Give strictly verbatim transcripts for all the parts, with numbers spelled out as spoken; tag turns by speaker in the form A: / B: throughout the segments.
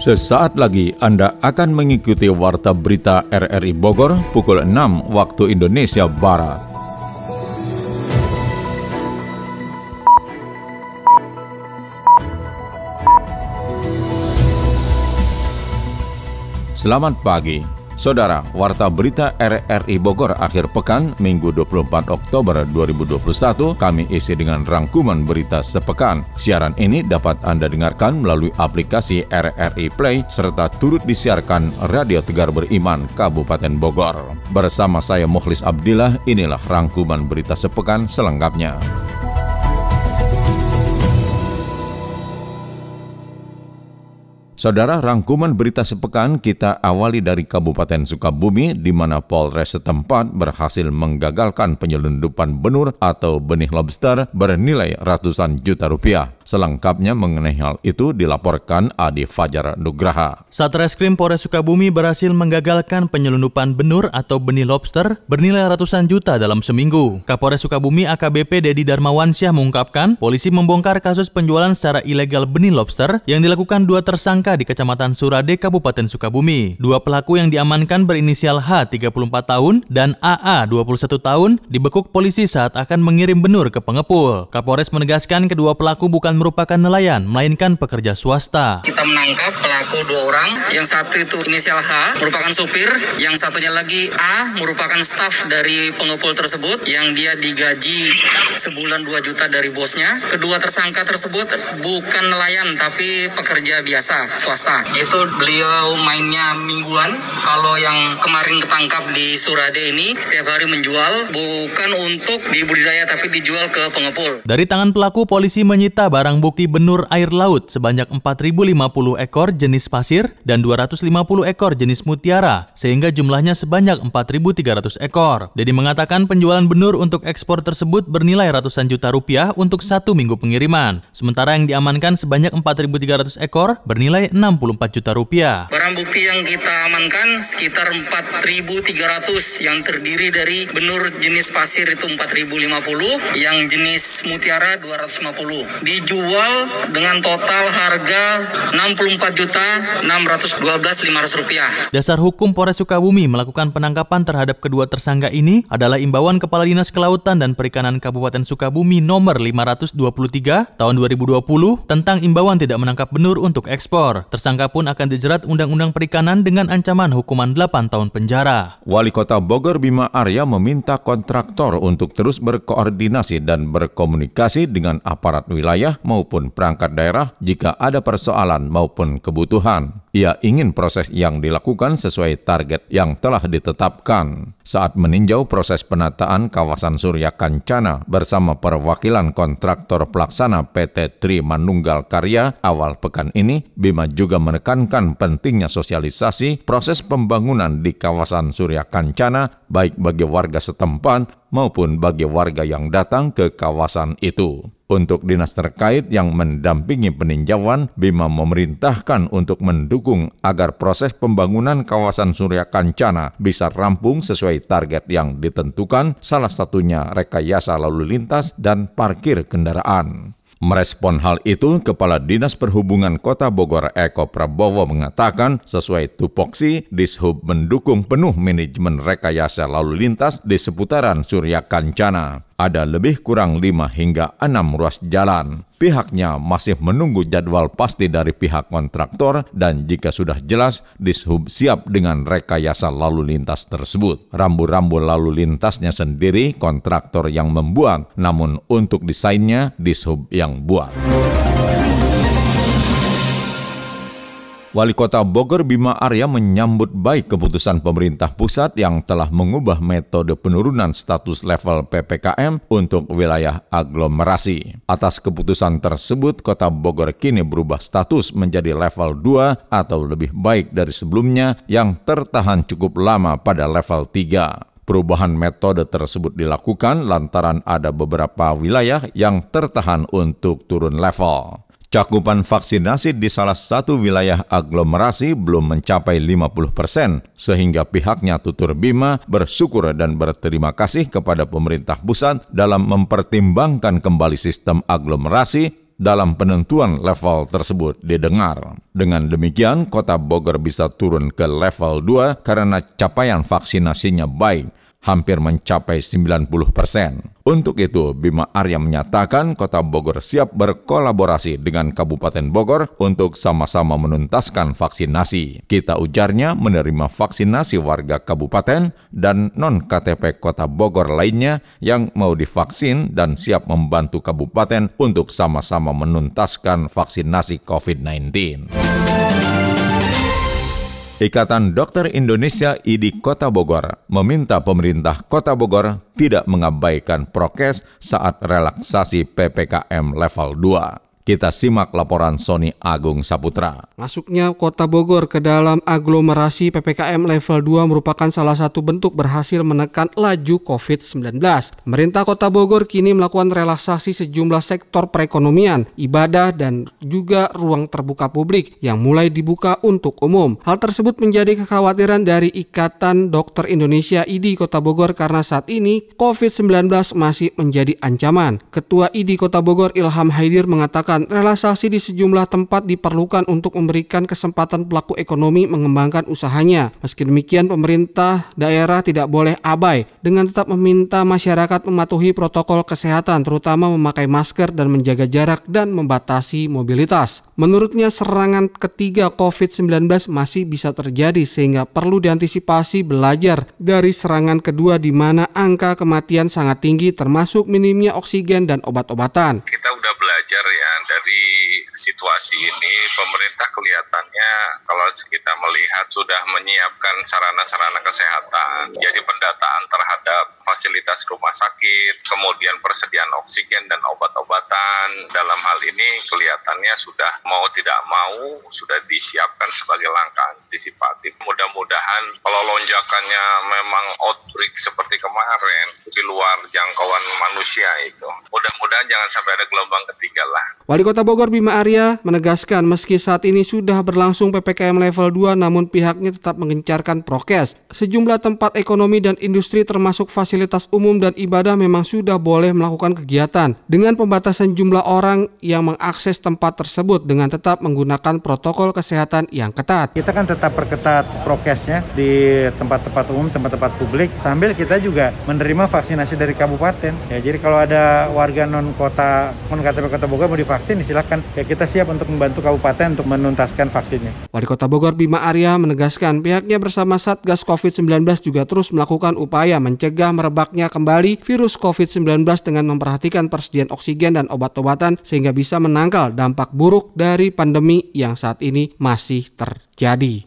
A: Sesaat lagi Anda akan mengikuti Warta Berita R R I Bogor pukul enam waktu Indonesia Barat. Selamat pagi, Saudara. Warta Berita R R I Bogor akhir pekan Minggu dua puluh empat Oktober dua ribu dua puluh satu kami isi dengan rangkuman berita sepekan. Siaran ini dapat Anda dengarkan melalui aplikasi R R I Play serta turut disiarkan Radio Tegar Beriman Kabupaten Bogor. Bersama saya Mukhlis Abdillah, inilah rangkuman berita sepekan selengkapnya. Saudara, rangkuman berita sepekan kita awali dari Kabupaten Sukabumi, di mana Polres setempat berhasil menggagalkan penyelundupan benur atau benih lobster bernilai ratusan juta rupiah. Selengkapnya mengenai hal itu dilaporkan Adi Fajar Nugraha.
B: Satreskrim Polres Sukabumi berhasil menggagalkan penyelundupan benur atau benih lobster bernilai ratusan juta dalam seminggu. Kapolres Sukabumi A K B P Dedi Darmawansyah mengungkapkan, polisi membongkar kasus penjualan secara ilegal benih lobster yang dilakukan dua tersangka di Kecamatan Surade, Kabupaten Sukabumi. Dua pelaku yang diamankan berinisial H tiga puluh empat tahun dan A A dua puluh satu tahun dibekuk polisi saat akan mengirim benur ke pengepul. Kapolres menegaskan kedua pelaku bukan merupakan nelayan, melainkan pekerja swasta.
C: Kita menangkap pelaku dua orang, yang satu itu inisial H, merupakan supir, yang satunya lagi A, merupakan staf dari pengepul tersebut, yang dia digaji sebulan dua juta dari bosnya. Kedua tersangka tersebut bukan nelayan, tapi pekerja biasa, swasta. Itu beliau mainnya mingguan. Kalau yang kemarin ketangkap di Surade ini, setiap hari menjual, bukan untuk dibudidaya, tapi dijual ke pengepul.
B: Dari tangan pelaku, polisi menyita barang bukti benur air laut sebanyak empat ribu lima puluh ekor jenis pasir dan dua ratus lima puluh ekor jenis mutiara, sehingga jumlahnya sebanyak empat ribu tiga ratus ekor. Dedi mengatakan penjualan benur untuk ekspor tersebut bernilai ratusan juta rupiah untuk satu minggu pengiriman. Sementara yang diamankan sebanyak empat ribu tiga ratus ekor bernilai enam puluh empat juta rupiah.
C: Barang bukti yang kita amankan sekitar empat ribu tiga ratus, yang terdiri dari benur jenis pasir itu empat ribu lima puluh, yang jenis mutiara dua ratus lima puluh. Dijual dengan total harga enam puluh empat juta enam ratus dua belas ribu lima ratus rupiah.
B: Dasar hukum Polres Sukabumi melakukan penangkapan terhadap kedua tersangka ini adalah Imbauan Kepala Dinas Kelautan dan Perikanan Kabupaten Sukabumi nomor lima ratus dua puluh tiga tahun dua ribu dua puluh tentang imbauan tidak menangkap benur untuk ekspor. Tersangka pun akan dijerat Undang-Undang Perikanan dengan ancaman hukuman delapan tahun penjara.
A: Wali Kota Bogor Bima Arya meminta kontraktor untuk terus berkoordinasi dan berkomunikasi dengan aparat wilayah maupun perangkat daerah jika ada persoalan maupun kebutuhan. Ia ingin proses yang dilakukan sesuai target yang telah ditetapkan. Saat meninjau proses penataan kawasan Surya Kancana bersama perwakilan kontraktor pelaksana P T Tri Manunggal Karya awal pekan ini, Bima juga menekankan pentingnya sosialisasi proses pembangunan di kawasan Surya Kancana baik bagi warga setempat maupun bagi warga yang datang ke kawasan itu. Untuk dinas terkait yang mendampingi peninjauan, Bima memerintahkan untuk mendukung agar proses pembangunan kawasan Surya Kancana bisa rampung sesuai target yang ditentukan, salah satunya rekayasa lalu lintas dan parkir kendaraan. Merespon hal itu, Kepala Dinas Perhubungan Kota Bogor Eko Prabowo mengatakan sesuai tupoksi, Dishub mendukung penuh manajemen rekayasa lalu lintas di seputaran Surya Kancana. Ada lebih kurang lima hingga enam ruas jalan. Pihaknya masih menunggu jadwal pasti dari pihak kontraktor dan jika sudah jelas, Dishub siap dengan rekayasa lalu lintas tersebut. Rambu-rambu lalu lintasnya sendiri kontraktor yang membuat, namun untuk desainnya Dishub yang buat. Wali Kota Bogor Bima Arya menyambut baik keputusan pemerintah pusat yang telah mengubah metode penurunan status level P P K M untuk wilayah aglomerasi. Atas keputusan tersebut, Kota Bogor kini berubah status menjadi level dua atau lebih baik dari sebelumnya yang tertahan cukup lama pada level tiga. Perubahan metode tersebut dilakukan lantaran ada beberapa wilayah yang tertahan untuk turun level. Cakupan vaksinasi di salah satu wilayah aglomerasi belum mencapai lima puluh persen, sehingga pihaknya tutur Bima bersyukur dan berterima kasih kepada pemerintah pusat dalam mempertimbangkan kembali sistem aglomerasi dalam penentuan level tersebut didengar. Dengan demikian, Kota Bogor bisa turun ke level dua karena capaian vaksinasinya baik, hampir mencapai sembilan puluh persen. Untuk itu, Bima Arya menyatakan Kota Bogor siap berkolaborasi dengan Kabupaten Bogor untuk sama-sama menuntaskan vaksinasi. Kita ujarnya menerima vaksinasi warga kabupaten dan non-K T P Kota Bogor lainnya yang mau divaksin dan siap membantu kabupaten untuk sama-sama menuntaskan vaksinasi covid sembilan belas. Ikatan Dokter Indonesia I D I Kota Bogor meminta pemerintah Kota Bogor tidak mengabaikan prokes saat relaksasi P P K M level dua. Kita simak laporan Sony Agung Saputra.
D: Masuknya Kota Bogor ke dalam aglomerasi P P K M level dua merupakan salah satu bentuk berhasil menekan laju covid sembilan belas. Pemerintah Kota Bogor kini melakukan relaksasi sejumlah sektor perekonomian, ibadah, dan juga ruang terbuka publik yang mulai dibuka untuk umum. Hal tersebut menjadi kekhawatiran dari Ikatan Dokter Indonesia I D I Kota Bogor karena saat ini covid sembilan belas masih menjadi ancaman. Ketua I D I Kota Bogor Ilham Haidir mengatakan relaksasi di sejumlah tempat diperlukan untuk memberikan kesempatan pelaku ekonomi mengembangkan usahanya. Meski demikian, pemerintah daerah tidak boleh abai dengan tetap meminta masyarakat mematuhi protokol kesehatan, terutama memakai masker dan menjaga jarak dan membatasi mobilitas. Menurutnya, serangan ketiga covid sembilan belas masih bisa terjadi sehingga perlu diantisipasi belajar dari serangan kedua di mana angka kematian sangat tinggi termasuk minimnya oksigen dan obat-obatan.
E: Kita udah belajar ya dari situasi ini, pemerintah kelihatannya kalau kita melihat sudah menyiapkan sarana-sarana kesehatan. Jadi pendataan terhadap fasilitas rumah sakit, kemudian persediaan oksigen dan obat-obatan. Dalam hal ini kelihatannya sudah mau tidak mau sudah disiapkan sebagai langkah antisipatif. Mudah-mudahan kalau lonjakannya memang outbreak seperti kemarin di luar jangkauan manusia itu, mudah-mudahan jangan sampai ada gelombang ketiga lah.
D: Wali Kota Bogor Bima Arya menegaskan meski saat ini sudah berlangsung P P K M level dua namun pihaknya tetap mengencarkan prokes. Sejumlah tempat ekonomi dan industri termasuk fasilitas umum dan ibadah memang sudah boleh melakukan kegiatan dengan pembatasan jumlah orang yang mengakses tempat tersebut dengan tetap menggunakan protokol kesehatan yang ketat.
F: Kita kan tetap perketat prokesnya di tempat-tempat umum, tempat-tempat publik sambil kita juga menerima vaksinasi dari kabupaten. Ya, jadi kalau ada warga non kota, non K T P Kota Bogor mau divaksin, silakan. Ya, kita siap untuk membantu kabupaten untuk menuntaskan vaksinnya.
D: Wali Kota Bogor Bima Arya menegaskan pihaknya bersama Satgas covid sembilan belas juga terus melakukan upaya mencegah merebaknya kembali virus covid sembilan belas dengan memperhatikan persediaan oksigen dan obat-obatan sehingga bisa menangkal dampak buruk dari pandemi yang saat ini masih terjadi.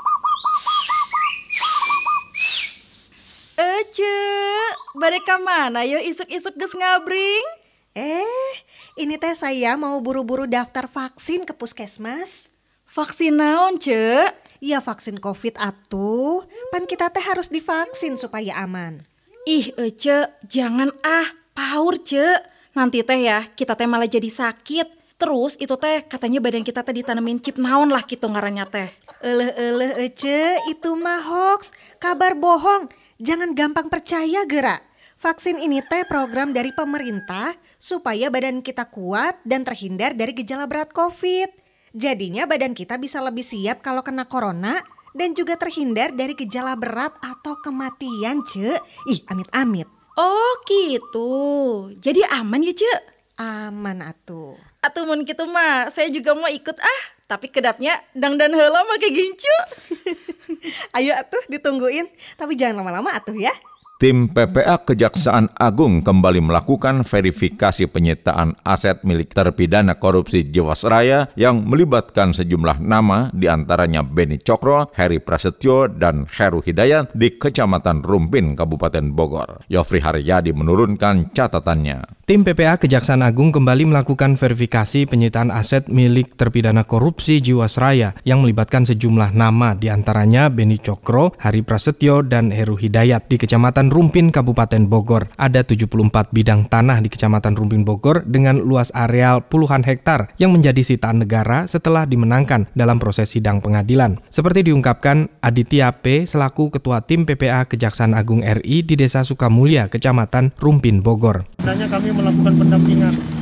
G: Ece, bareka mana yo isuk-isuk geus ngabring?
H: Eh, ini teh saya mau buru-buru daftar vaksin ke puskesmas.
G: Vaksin naon, Ce?
H: Ya vaksin covid atuh. Pan kita teh harus divaksin supaya aman.
G: Ih, Ece, jangan ah, paur, Ce. Nanti teh ya, kita teh malah jadi sakit. Terus itu teh katanya badan kita teh ditanemin chip naon lah gitu ngarannya teh.
H: Eleh-eleh Ece, itu mah hoax, kabar bohong. Jangan gampang percaya gerak. Vaksin ini teh program dari pemerintah supaya badan kita kuat dan terhindar dari gejala berat COVID. Jadinya badan kita bisa lebih siap kalau kena corona dan juga terhindar dari gejala berat atau kematian, Ce. Ih, amit-amit.
G: Oh gitu, jadi aman ya, Ce?
H: Aman atuh.
G: Atuh mun kitu mah, saya juga mau ikut ah. Tapi kedapnya dangdan heula make gincu.
H: Ayo atuh ditungguin, tapi jangan lama-lama atuh ya.
A: Tim P P A Kejaksaan Agung kembali melakukan verifikasi penyitaan aset milik terpidana korupsi Jiwasraya yang melibatkan sejumlah nama diantaranya Beni Cokro, Heri Prasetyo, dan Heru Hidayat di Kecamatan Rumpin, Kabupaten Bogor. Yofri Haryadi menurunkan catatannya.
I: Tim P P A Kejaksaan Agung kembali melakukan verifikasi penyitaan aset milik terpidana korupsi Jiwasraya yang melibatkan sejumlah nama diantaranya Beni Cokro, Heri Prasetyo, dan Heru Hidayat di Kecamatan Rumpin, Kabupaten Bogor. Ada tujuh puluh empat bidang tanah di Kecamatan Rumpin Bogor dengan luas areal puluhan hektar yang menjadi sitaan negara setelah dimenangkan dalam proses sidang pengadilan. Seperti diungkapkan Aditya P. selaku Ketua Tim P P A Kejaksaan Agung R I di Desa Sukamulya, Kecamatan Rumpin Bogor.
F: Sebenarnya kami melakukan pendampingan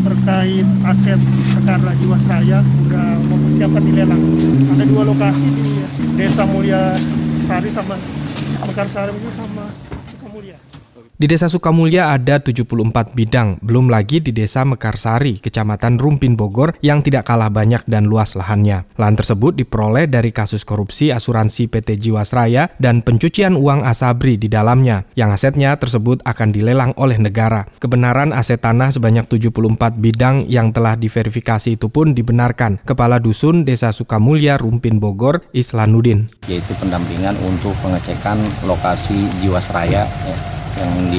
J: terkait aset Mekar Jiwasraya sudah mempersiapkan dilelang. Ada dua lokasi di Desa Mulya Sari sama Mekarsari itu sama Sukamulya.
I: Di Desa Sukamulya ada tujuh puluh empat bidang, belum lagi di Desa Mekarsari, Kecamatan Rumpin Bogor yang tidak kalah banyak dan luas lahannya. Lahan tersebut diperoleh dari kasus korupsi asuransi P T Jiwasraya dan pencucian uang Asabri di dalamnya, yang asetnya tersebut akan dilelang oleh negara. Kebenaran aset tanah sebanyak tujuh puluh empat bidang yang telah diverifikasi itu pun dibenarkan Kepala Dusun Desa Sukamulya Rumpin Bogor, Islanuddin.
K: Yaitu pendampingan untuk pengecekan lokasi Jiwasraya ya, yang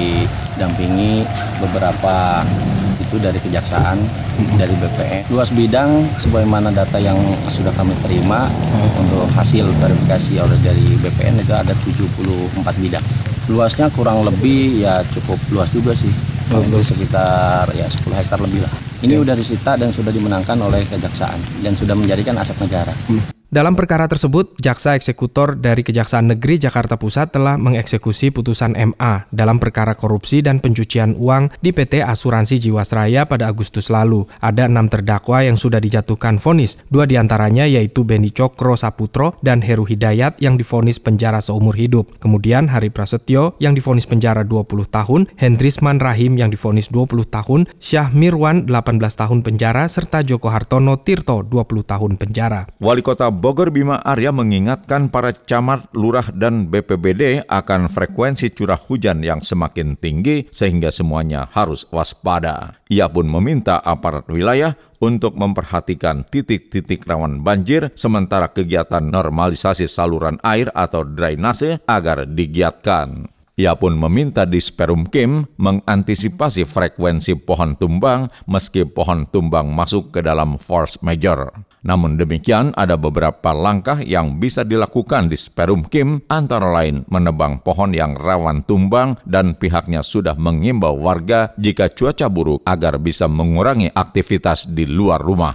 K: didampingi beberapa itu dari Kejaksaan, dari B P N. Luas bidang sebagaimana data yang sudah kami terima hmm. untuk hasil verifikasi oleh dari B P N itu ada tujuh puluh empat bidang. Luasnya kurang lebih ya cukup luas juga sih. Itu sekitar ya sepuluh hektar lebih lah. Ini sudah disita dan sudah dimenangkan oleh Kejaksaan dan sudah menjadikan aset negara. Hmm.
I: Dalam perkara tersebut, Jaksa Eksekutor dari Kejaksaan Negeri Jakarta Pusat telah mengeksekusi putusan M A dalam perkara korupsi dan pencucian uang di P T Asuransi Jiwasraya pada Agustus lalu. Ada enam terdakwa yang sudah dijatuhkan vonis, dua diantaranya yaitu Beni Cokro Saputro dan Heru Hidayat yang divonis penjara seumur hidup. Kemudian Hari Prasetyo yang divonis penjara dua puluh tahun, Hendrisman Rahim yang divonis dua puluh tahun, Syah Mirwan delapan belas tahun penjara, serta Joko Hartono Tirto dua puluh tahun penjara.
A: Wali Kota Bogor Bima Arya mengingatkan para camat, lurah, dan B P B D akan frekuensi curah hujan yang semakin tinggi sehingga semuanya harus waspada. Ia pun meminta aparat wilayah untuk memperhatikan titik-titik rawan banjir sementara kegiatan normalisasi saluran air atau drainase agar digiatkan. Ia pun meminta Disperumkim mengantisipasi frekuensi pohon tumbang meski pohon tumbang masuk ke dalam force majeure. Namun demikian, ada beberapa langkah yang bisa dilakukan Disperumkim, antara lain menebang pohon yang rawan tumbang dan pihaknya sudah mengimbau warga jika cuaca buruk agar bisa mengurangi aktivitas di luar rumah.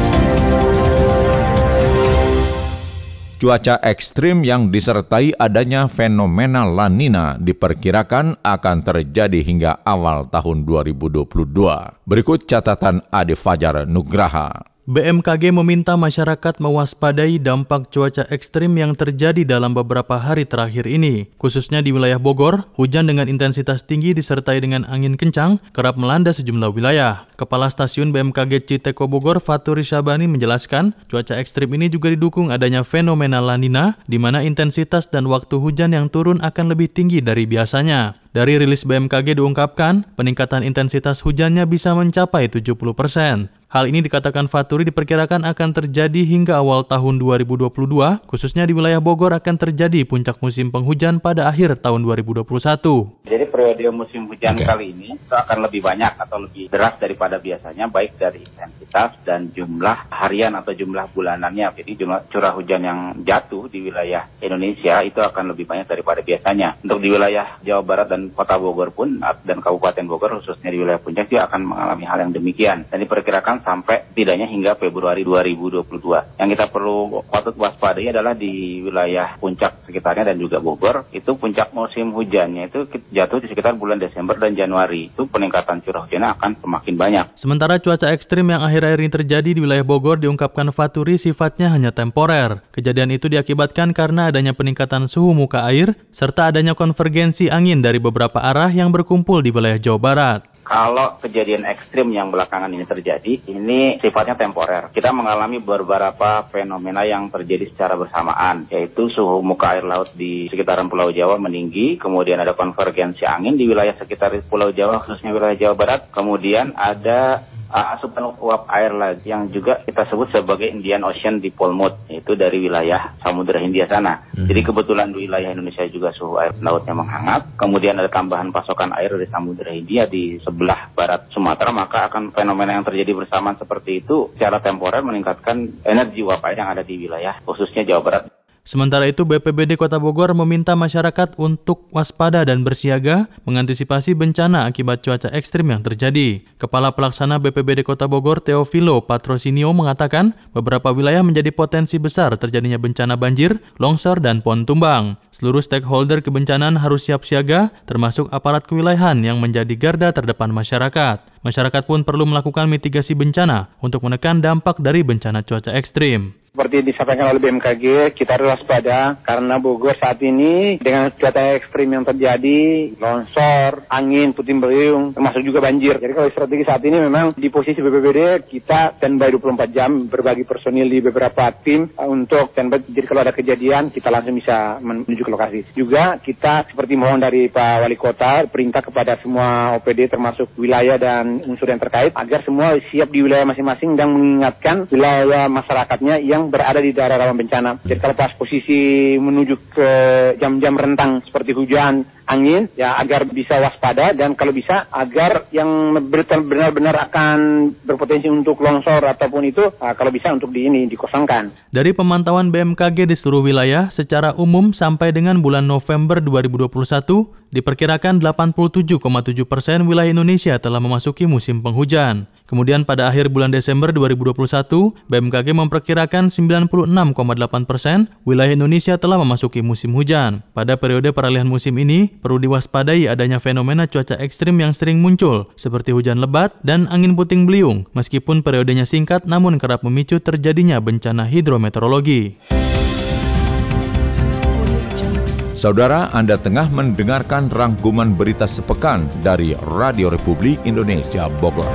A: Cuaca ekstrim yang disertai adanya fenomena La Nina diperkirakan akan terjadi hingga awal tahun dua ribu dua puluh dua. Berikut catatan Ade Fajar Nugraha.
B: B M K G meminta masyarakat mewaspadai dampak cuaca ekstrim yang terjadi dalam beberapa hari terakhir ini. Khususnya di wilayah Bogor, hujan dengan intensitas tinggi disertai dengan angin kencang kerap melanda sejumlah wilayah. Kepala Stasiun B M K G Citeko Bogor, Faturi Syabani menjelaskan, cuaca ekstrim ini juga didukung adanya fenomena La Nina, di mana intensitas dan waktu hujan yang turun akan lebih tinggi dari biasanya. Dari rilis B M K G diungkapkan, peningkatan intensitas hujannya bisa mencapai tujuh puluh persen. Hal ini dikatakan Faturi diperkirakan akan terjadi hingga awal tahun dua ribu dua puluh dua, khususnya di wilayah Bogor akan terjadi puncak musim penghujan pada akhir tahun dua ribu dua puluh satu.
L: Jadi periode musim hujan okay. kali ini itu akan lebih banyak atau lebih deras daripada biasanya, baik dari intensitas dan jumlah harian atau jumlah bulanannya. Jadi jumlah curah hujan yang jatuh di wilayah Indonesia itu akan lebih banyak daripada biasanya. Untuk di wilayah Jawa Barat dan Kota Bogor pun dan Kabupaten Bogor khususnya di wilayah Puncak juga akan mengalami hal yang demikian. Dan diperkirakan sampai tidaknya hingga Februari dua ribu dua puluh dua. Yang kita perlu patut waspadai adalah di wilayah Puncak sekitarnya dan juga Bogor, itu puncak musim hujannya itu jatuh di sekitar bulan Desember dan Januari. Itu peningkatan curah hujannya akan semakin banyak.
B: Sementara cuaca ekstrim yang akhir-akhir ini terjadi di wilayah Bogor diungkapkan Faturi sifatnya hanya temporer. Kejadian itu diakibatkan karena adanya peningkatan suhu muka air serta adanya konvergensi angin dari beberapa arah yang berkumpul di wilayah Jawa Barat.
L: Kalau kejadian ekstrim yang belakangan ini terjadi, ini sifatnya temporer. Kita mengalami beberapa fenomena yang terjadi secara bersamaan, yaitu suhu muka air laut di sekitaran Pulau Jawa meninggi, kemudian ada konvergensi angin di wilayah sekitar Pulau Jawa, khususnya wilayah Jawa Barat, kemudian ada uh, asupan uap air lagi yang juga kita sebut sebagai Indian Ocean Dipole, yaitu dari wilayah Samudra Hindia sana. Hmm. Jadi kebetulan di wilayah Indonesia juga suhu air lautnya menghangat, kemudian ada tambahan pasokan air dari Samudra Hindia di sebelah barat Sumatera, maka akan fenomena yang terjadi bersamaan seperti itu secara temporer meningkatkan energi uap air yang ada di wilayah khususnya Jawa Barat.
B: Sementara itu, B P B D Kota Bogor meminta masyarakat untuk waspada dan bersiaga mengantisipasi bencana akibat cuaca ekstrim yang terjadi. Kepala Pelaksana B P B D Kota Bogor, Teofilo Patrocinio, mengatakan beberapa wilayah menjadi potensi besar terjadinya bencana banjir, longsor, dan pohon tumbang. Seluruh stakeholder kebencanaan harus siap siaga, termasuk aparat kewilayahan yang menjadi garda terdepan masyarakat. Masyarakat pun perlu melakukan mitigasi bencana untuk menekan dampak dari bencana cuaca ekstrim.
L: Seperti disampaikan oleh B M K G, kita harus waspada karena Bogor saat ini dengan cuaca ekstrim yang terjadi, longsor, angin, puting beliung, termasuk juga banjir. Jadi kalau strategi saat ini memang di posisi B P B D kita standby dua puluh empat jam, berbagi personil di beberapa tim untuk standby. Jadi kalau ada kejadian kita langsung bisa menuju ke lokasi. Juga kita seperti mohon dari Pak Wali Kota perintah kepada semua O P D termasuk wilayah dan unsur yang terkait agar semua siap di wilayah masing-masing dan mengingatkan wilayah masyarakatnya yang berada di daerah rawan bencana. Jadi kalau pas posisi menuju ke jam-jam rentang seperti hujan, angin, ya agar bisa waspada dan kalau bisa agar yang benar-benar akan berpotensi untuk longsor ataupun itu uh, kalau bisa untuk di ini dikosongkan.
B: Dari pemantauan B M K G di seluruh wilayah, secara umum sampai dengan bulan November dua ribu dua puluh satu, diperkirakan delapan puluh tujuh koma tujuh persen wilayah Indonesia telah memasuki musim penghujan. Kemudian pada akhir bulan Desember dua ribu dua puluh satu, B M K G memperkirakan sembilan puluh enam koma delapan persen wilayah Indonesia telah memasuki musim hujan. Pada periode peralihan musim ini, perlu diwaspadai adanya fenomena cuaca ekstrim yang sering muncul, seperti hujan lebat dan angin puting beliung, meskipun periodenya singkat namun kerap memicu terjadinya bencana hidrometeorologi.
A: Saudara, Anda tengah mendengarkan rangkuman berita sepekan dari Radio Republik Indonesia Bogor.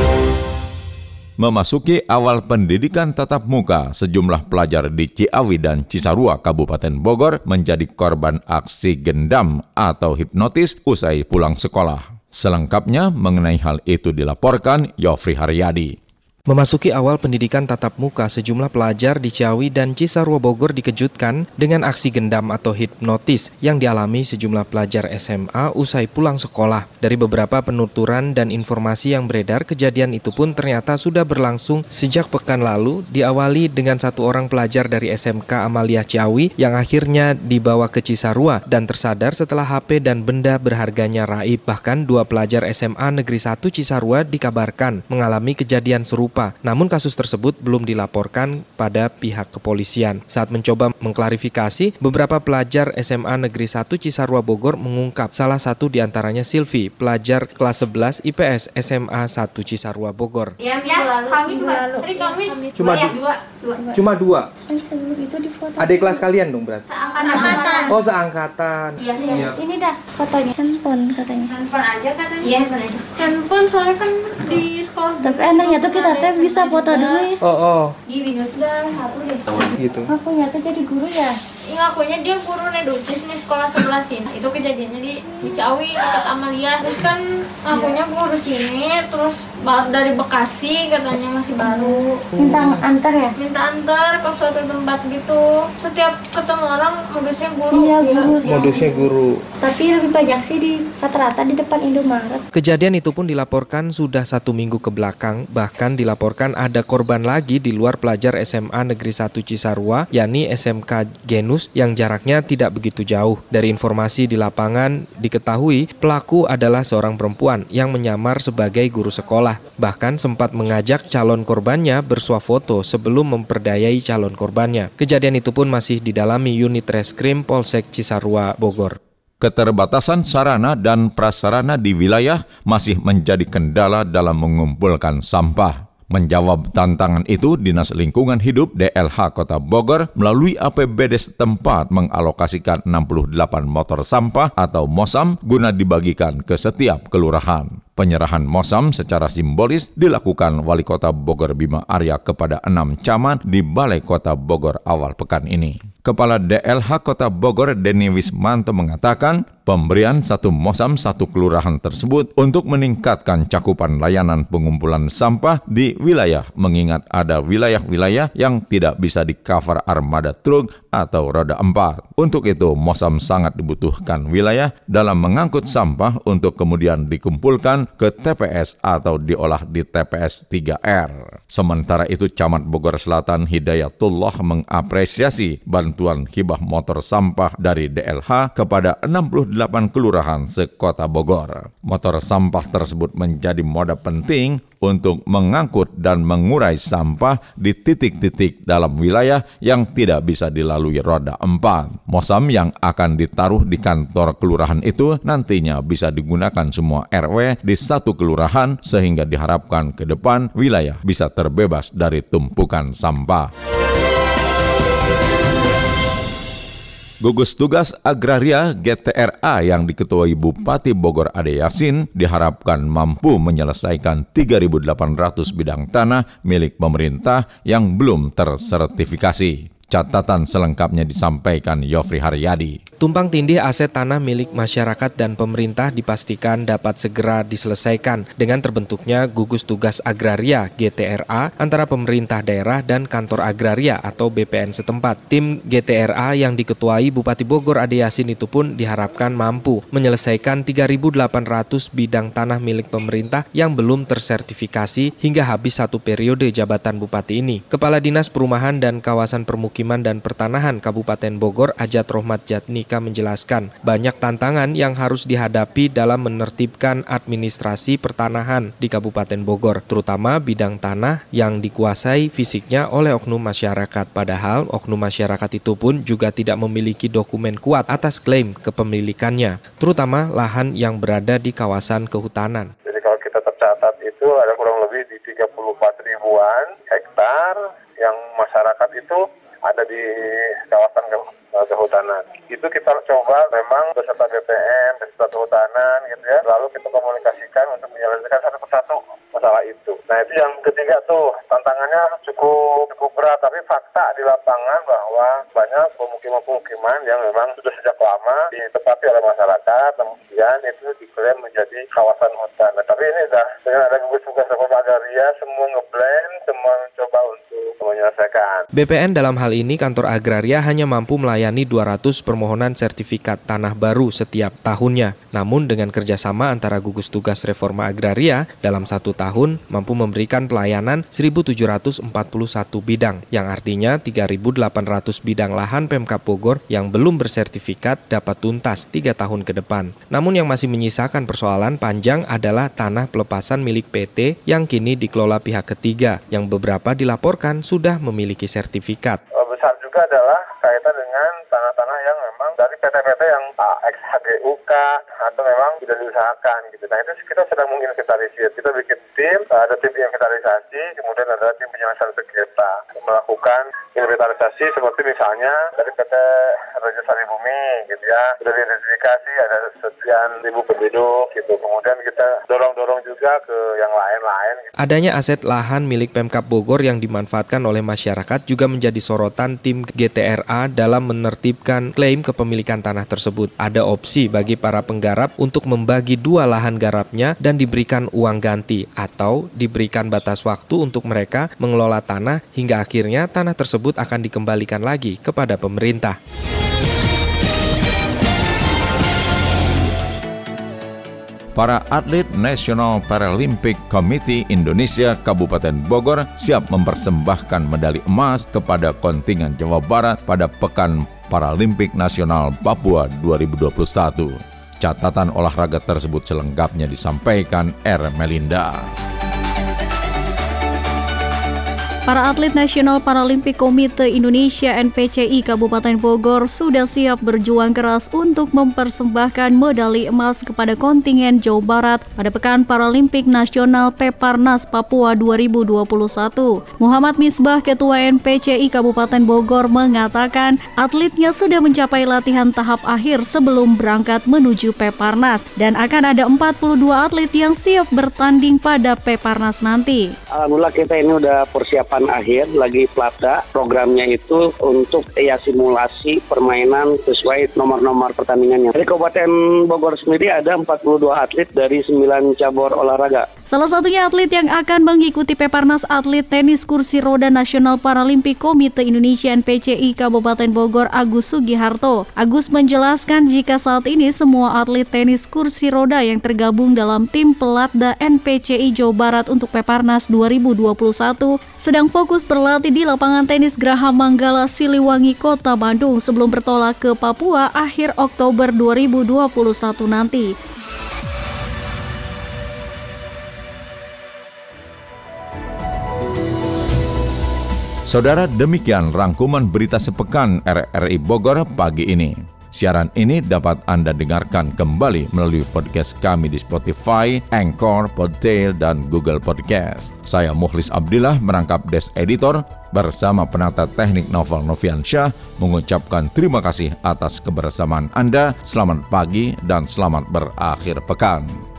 A: Memasuki awal pendidikan tatap muka, sejumlah pelajar di Ciawi dan Cisarua, Kabupaten Bogor menjadi korban aksi gendam atau hipnotis usai pulang sekolah. Selengkapnya mengenai hal itu dilaporkan Yofri Haryadi.
I: Memasuki awal pendidikan tatap muka, sejumlah pelajar di Ciawi dan Cisarua Bogor dikejutkan dengan aksi gendam atau hipnotis yang dialami sejumlah pelajar S M A usai pulang sekolah. Dari beberapa penuturan dan informasi yang beredar, kejadian itu pun ternyata sudah berlangsung sejak pekan lalu, diawali dengan satu orang pelajar dari S M K Amalia Ciawi yang akhirnya dibawa ke Cisarua dan tersadar setelah H P dan benda berharganya raib. Bahkan dua pelajar S M A Negeri satu Cisarua dikabarkan mengalami kejadian serupa. Namun kasus tersebut belum dilaporkan pada pihak kepolisian. Saat mencoba mengklarifikasi, beberapa pelajar S M A Negeri satu Cisarua Bogor mengungkap salah satu diantaranya Silvi, pelajar kelas sebelas I P S S M A satu Cisarua Bogor.
M: Ya, ya Kamis lalu. Hari Kamis.
I: Cuma
M: ya,
I: dua.
M: dua.
I: Cuma dua.
M: Itu di foto.
I: Adik kelas kalian dong berarti?
M: Seangkatan.
I: Oh, seangkatan.
M: Iya, iya. Ini dah fotonya. Handphone katanya. Handphone aja katanya. Iya, handphone aja.
N: Handphone soalnya kan di sekolah.
M: Tapi enaknya tuh kita teh bisa foto dulu ya.
I: Oh, oh.
N: Di Windows dah satu deh.
I: Gitu.
M: Aku nyata jadi guru ya.
N: Ngakunya dia guru nedukis nih sekolah sebelah sini. Itu kejadiannya di, di Ciawi dekat Amalia. Terus kan ngakunya guru sini, terus dari Bekasi katanya masih baru.
M: Minta antar ya?
N: Minta antar ke suatu tempat gitu. Setiap ketemu orang modusnya guru.
M: Iya, guru.
I: Modusnya guru.
M: Tapi lebih banyak sih di rata-rata di depan Indomaret.
I: Kejadian itu pun dilaporkan sudah satu minggu ke belakang. Bahkan dilaporkan ada korban lagi di luar pelajar S M A Negeri satu Cisarua, yakni S M K Genus yang jaraknya tidak begitu jauh. Dari informasi di lapangan diketahui pelaku adalah seorang perempuan yang menyamar sebagai guru sekolah. Bahkan sempat mengajak calon korbannya bersuah foto sebelum memperdayai calon korbannya. Kejadian itu pun masih didalami unit reskrim Polsek Cisarua Bogor.
A: Keterbatasan sarana dan prasarana di wilayah masih menjadi kendala dalam mengumpulkan sampah. Menjawab tantangan itu, Dinas Lingkungan Hidup D L H Kota Bogor melalui A P B D setempat mengalokasikan enam puluh delapan motor sampah atau MOSAM guna dibagikan ke setiap kelurahan. Penyerahan MOSAM secara simbolis dilakukan Wali Kota Bogor Bima Arya kepada enam camat di Balai Kota Bogor awal pekan ini. Kepala D L H Kota Bogor Denny Wismanto mengatakan Pemberian satu mosam satu kelurahan tersebut untuk meningkatkan cakupan layanan pengumpulan sampah di wilayah, mengingat ada wilayah-wilayah yang tidak bisa di-cover armada truk atau roda empat. Untuk itu, mosam sangat dibutuhkan wilayah dalam mengangkut sampah untuk kemudian dikumpulkan ke T P S atau diolah di T P S tiga R. Sementara itu, Camat Bogor Selatan Hidayatullah mengapresiasi bantuan hibah motor sampah dari D L H kepada enam puluh delapan kelurahan sekota Bogor. Motor sampah tersebut menjadi moda penting untuk mengangkut dan mengurai sampah di titik-titik dalam wilayah yang tidak bisa dilalui roda empat. Mosam yang akan ditaruh di kantor kelurahan itu nantinya bisa digunakan semua R W di satu kelurahan sehingga diharapkan ke depan wilayah bisa terbebas dari tumpukan sampah. Gugus Tugas Agraria G T R A yang diketuai Bupati Bogor Ade Yasin diharapkan mampu menyelesaikan tiga ribu delapan ratus bidang tanah milik pemerintah yang belum tersertifikasi. Catatan selengkapnya disampaikan Yofri Haryadi.
I: Tumpang tindih aset tanah milik masyarakat dan pemerintah dipastikan dapat segera diselesaikan dengan terbentuknya Gugus Tugas Agraria G T R A antara pemerintah daerah dan kantor agraria atau B P N setempat. Tim G T R A yang diketuai Bupati Bogor Ade Yasin itu pun diharapkan mampu menyelesaikan tiga ribu delapan ratus bidang tanah milik pemerintah yang belum tersertifikasi hingga habis satu periode jabatan Bupati ini. Kepala Dinas Perumahan dan Kawasan Permukiman dan Pertanahan Kabupaten Bogor Ajat Rohmat Jatnika menjelaskan banyak tantangan yang harus dihadapi dalam menertibkan administrasi pertanahan di Kabupaten Bogor, terutama bidang tanah yang dikuasai fisiknya oleh oknum masyarakat. Padahal oknum masyarakat itu pun juga tidak memiliki dokumen kuat atas klaim kepemilikannya, terutama lahan yang berada di kawasan kehutanan.
O: Jadi kalau kita tercatat itu ada kurang lebih di tiga puluh empat ribuan hektar yang masyarakat itu ada di kawasan kehutanan. Itu kita coba memang beserta B P N, beserta kehutanan gitu ya, lalu kita komunikasikan untuk menyelesaikan satu persatu masalah itu. Nah itu yang ketiga tuh, tantangannya cukup cukup berat, tapi fakta di lapangan bahwa banyak pemukiman-pemukiman yang memang sudah sejak lama ditempati oleh masyarakat, kemudian itu diklaim menjadi kawasan hutan. Nah tapi ini dah dengan ada gugus tugas reforma agraria, semua ngeblend, semua mencoba untuk menyelesaikan.
I: B P N dalam hal ini kantor agraria hanya mampu melayani dua ratus permohonan sertifikat tanah baru setiap tahunnya. Namun dengan kerjasama antara gugus tugas reforma agraria dalam satu tahun mampu memberikan pelayanan seribu tujuh ratus empat puluh satu bidang, yang artinya tiga ribu delapan ratus bidang lahan Pemkab Bogor yang belum bersertifikat dapat tuntas tiga tahun ke depan. Namun yang masih menyisakan persoalan panjang adalah tanah pelepasan milik P T yang kini dikelola pihak ketiga yang beberapa dilaporkan sudah memiliki sertifikat.
O: Besar juga adalah kaitan dengan tanah-tanah yang memang dari P T-P T yang ex H G U K atau memang tidak diusahakan gitu. Nah itu kita sedang menginventarisir. Kita bikin tim, ada tim inventarisasi, kemudian ada tim penyelesaian sengketa melakukan inventarisasi seperti misalnya dari P T Raja Sari Bumi gitu ya, sudah diidentifikasi ada sekian ribu penduduk gitu. Kemudian kita dorong-dorong juga ke yang lain-lain. Gitu.
I: Adanya aset lahan milik Pemkab Bogor yang dimanfaatkan oleh masyarakat juga menjadi sorotan tim G T R A dalam menertibkan klaim kepemilikan tanah tersebut. Ada opsi bagi para penggarap untuk membagi dua lahan garapnya dan diberikan uang ganti atau diberikan batas waktu untuk mereka mengelola tanah hingga akhirnya tanah tersebut akan dikembalikan lagi kepada pemerintah.
A: Para atlet National Paralympic Committee Indonesia Kabupaten Bogor siap mempersembahkan medali emas kepada kontingen Jawa Barat pada Pekan Paralimpik Nasional Papua dua ribu dua puluh satu. Catatan olahraga tersebut selengkapnya disampaikan R. Melinda.
P: Para atlet National Paralympic Committee Indonesia N P C I Kabupaten Bogor sudah siap berjuang keras untuk mempersembahkan medali emas kepada kontingen Jawa Barat pada Pekan Paralimpik Nasional Peparnas Papua dua ribu dua puluh satu. Muhammad Misbah, Ketua N P C I Kabupaten Bogor, mengatakan atletnya sudah mencapai latihan tahap akhir sebelum berangkat menuju Peparnas dan akan ada empat puluh dua atlet yang siap bertanding pada Peparnas nanti.
Q: Alhamdulillah kita ini udah persiapan tahapan akhir, lagi platda. Programnya itu untuk ya simulasi permainan sesuai nomor-nomor pertandingannya. Dari Kabupaten Bogor sendiri ada empat puluh dua atlet dari sembilan cabur olahraga.
P: Salah satunya atlet yang akan mengikuti Peparnas atlet tenis kursi roda Nasional Paralimpik Komite Indonesia N P C I Kabupaten Bogor Agus Sugiharto. Agus menjelaskan jika saat ini semua atlet tenis kursi roda yang tergabung dalam tim pelatda N P C I Jawa Barat untuk Peparnas dua ribu dua puluh satu sedang fokus berlatih di lapangan tenis Graha Manggala Siliwangi, Kota Bandung sebelum bertolak ke Papua akhir Oktober dua ribu dua puluh satu nanti.
A: Saudara, demikian rangkuman berita sepekan R R I Bogor pagi ini. Siaran ini dapat Anda dengarkan kembali melalui podcast kami di Spotify, Anchor, Podtail, dan Google Podcast. Saya Mukhlis Abdillah merangkap Desk Editor bersama penata teknik Novel Noviansyah mengucapkan terima kasih atas kebersamaan Anda. Selamat pagi dan selamat berakhir pekan.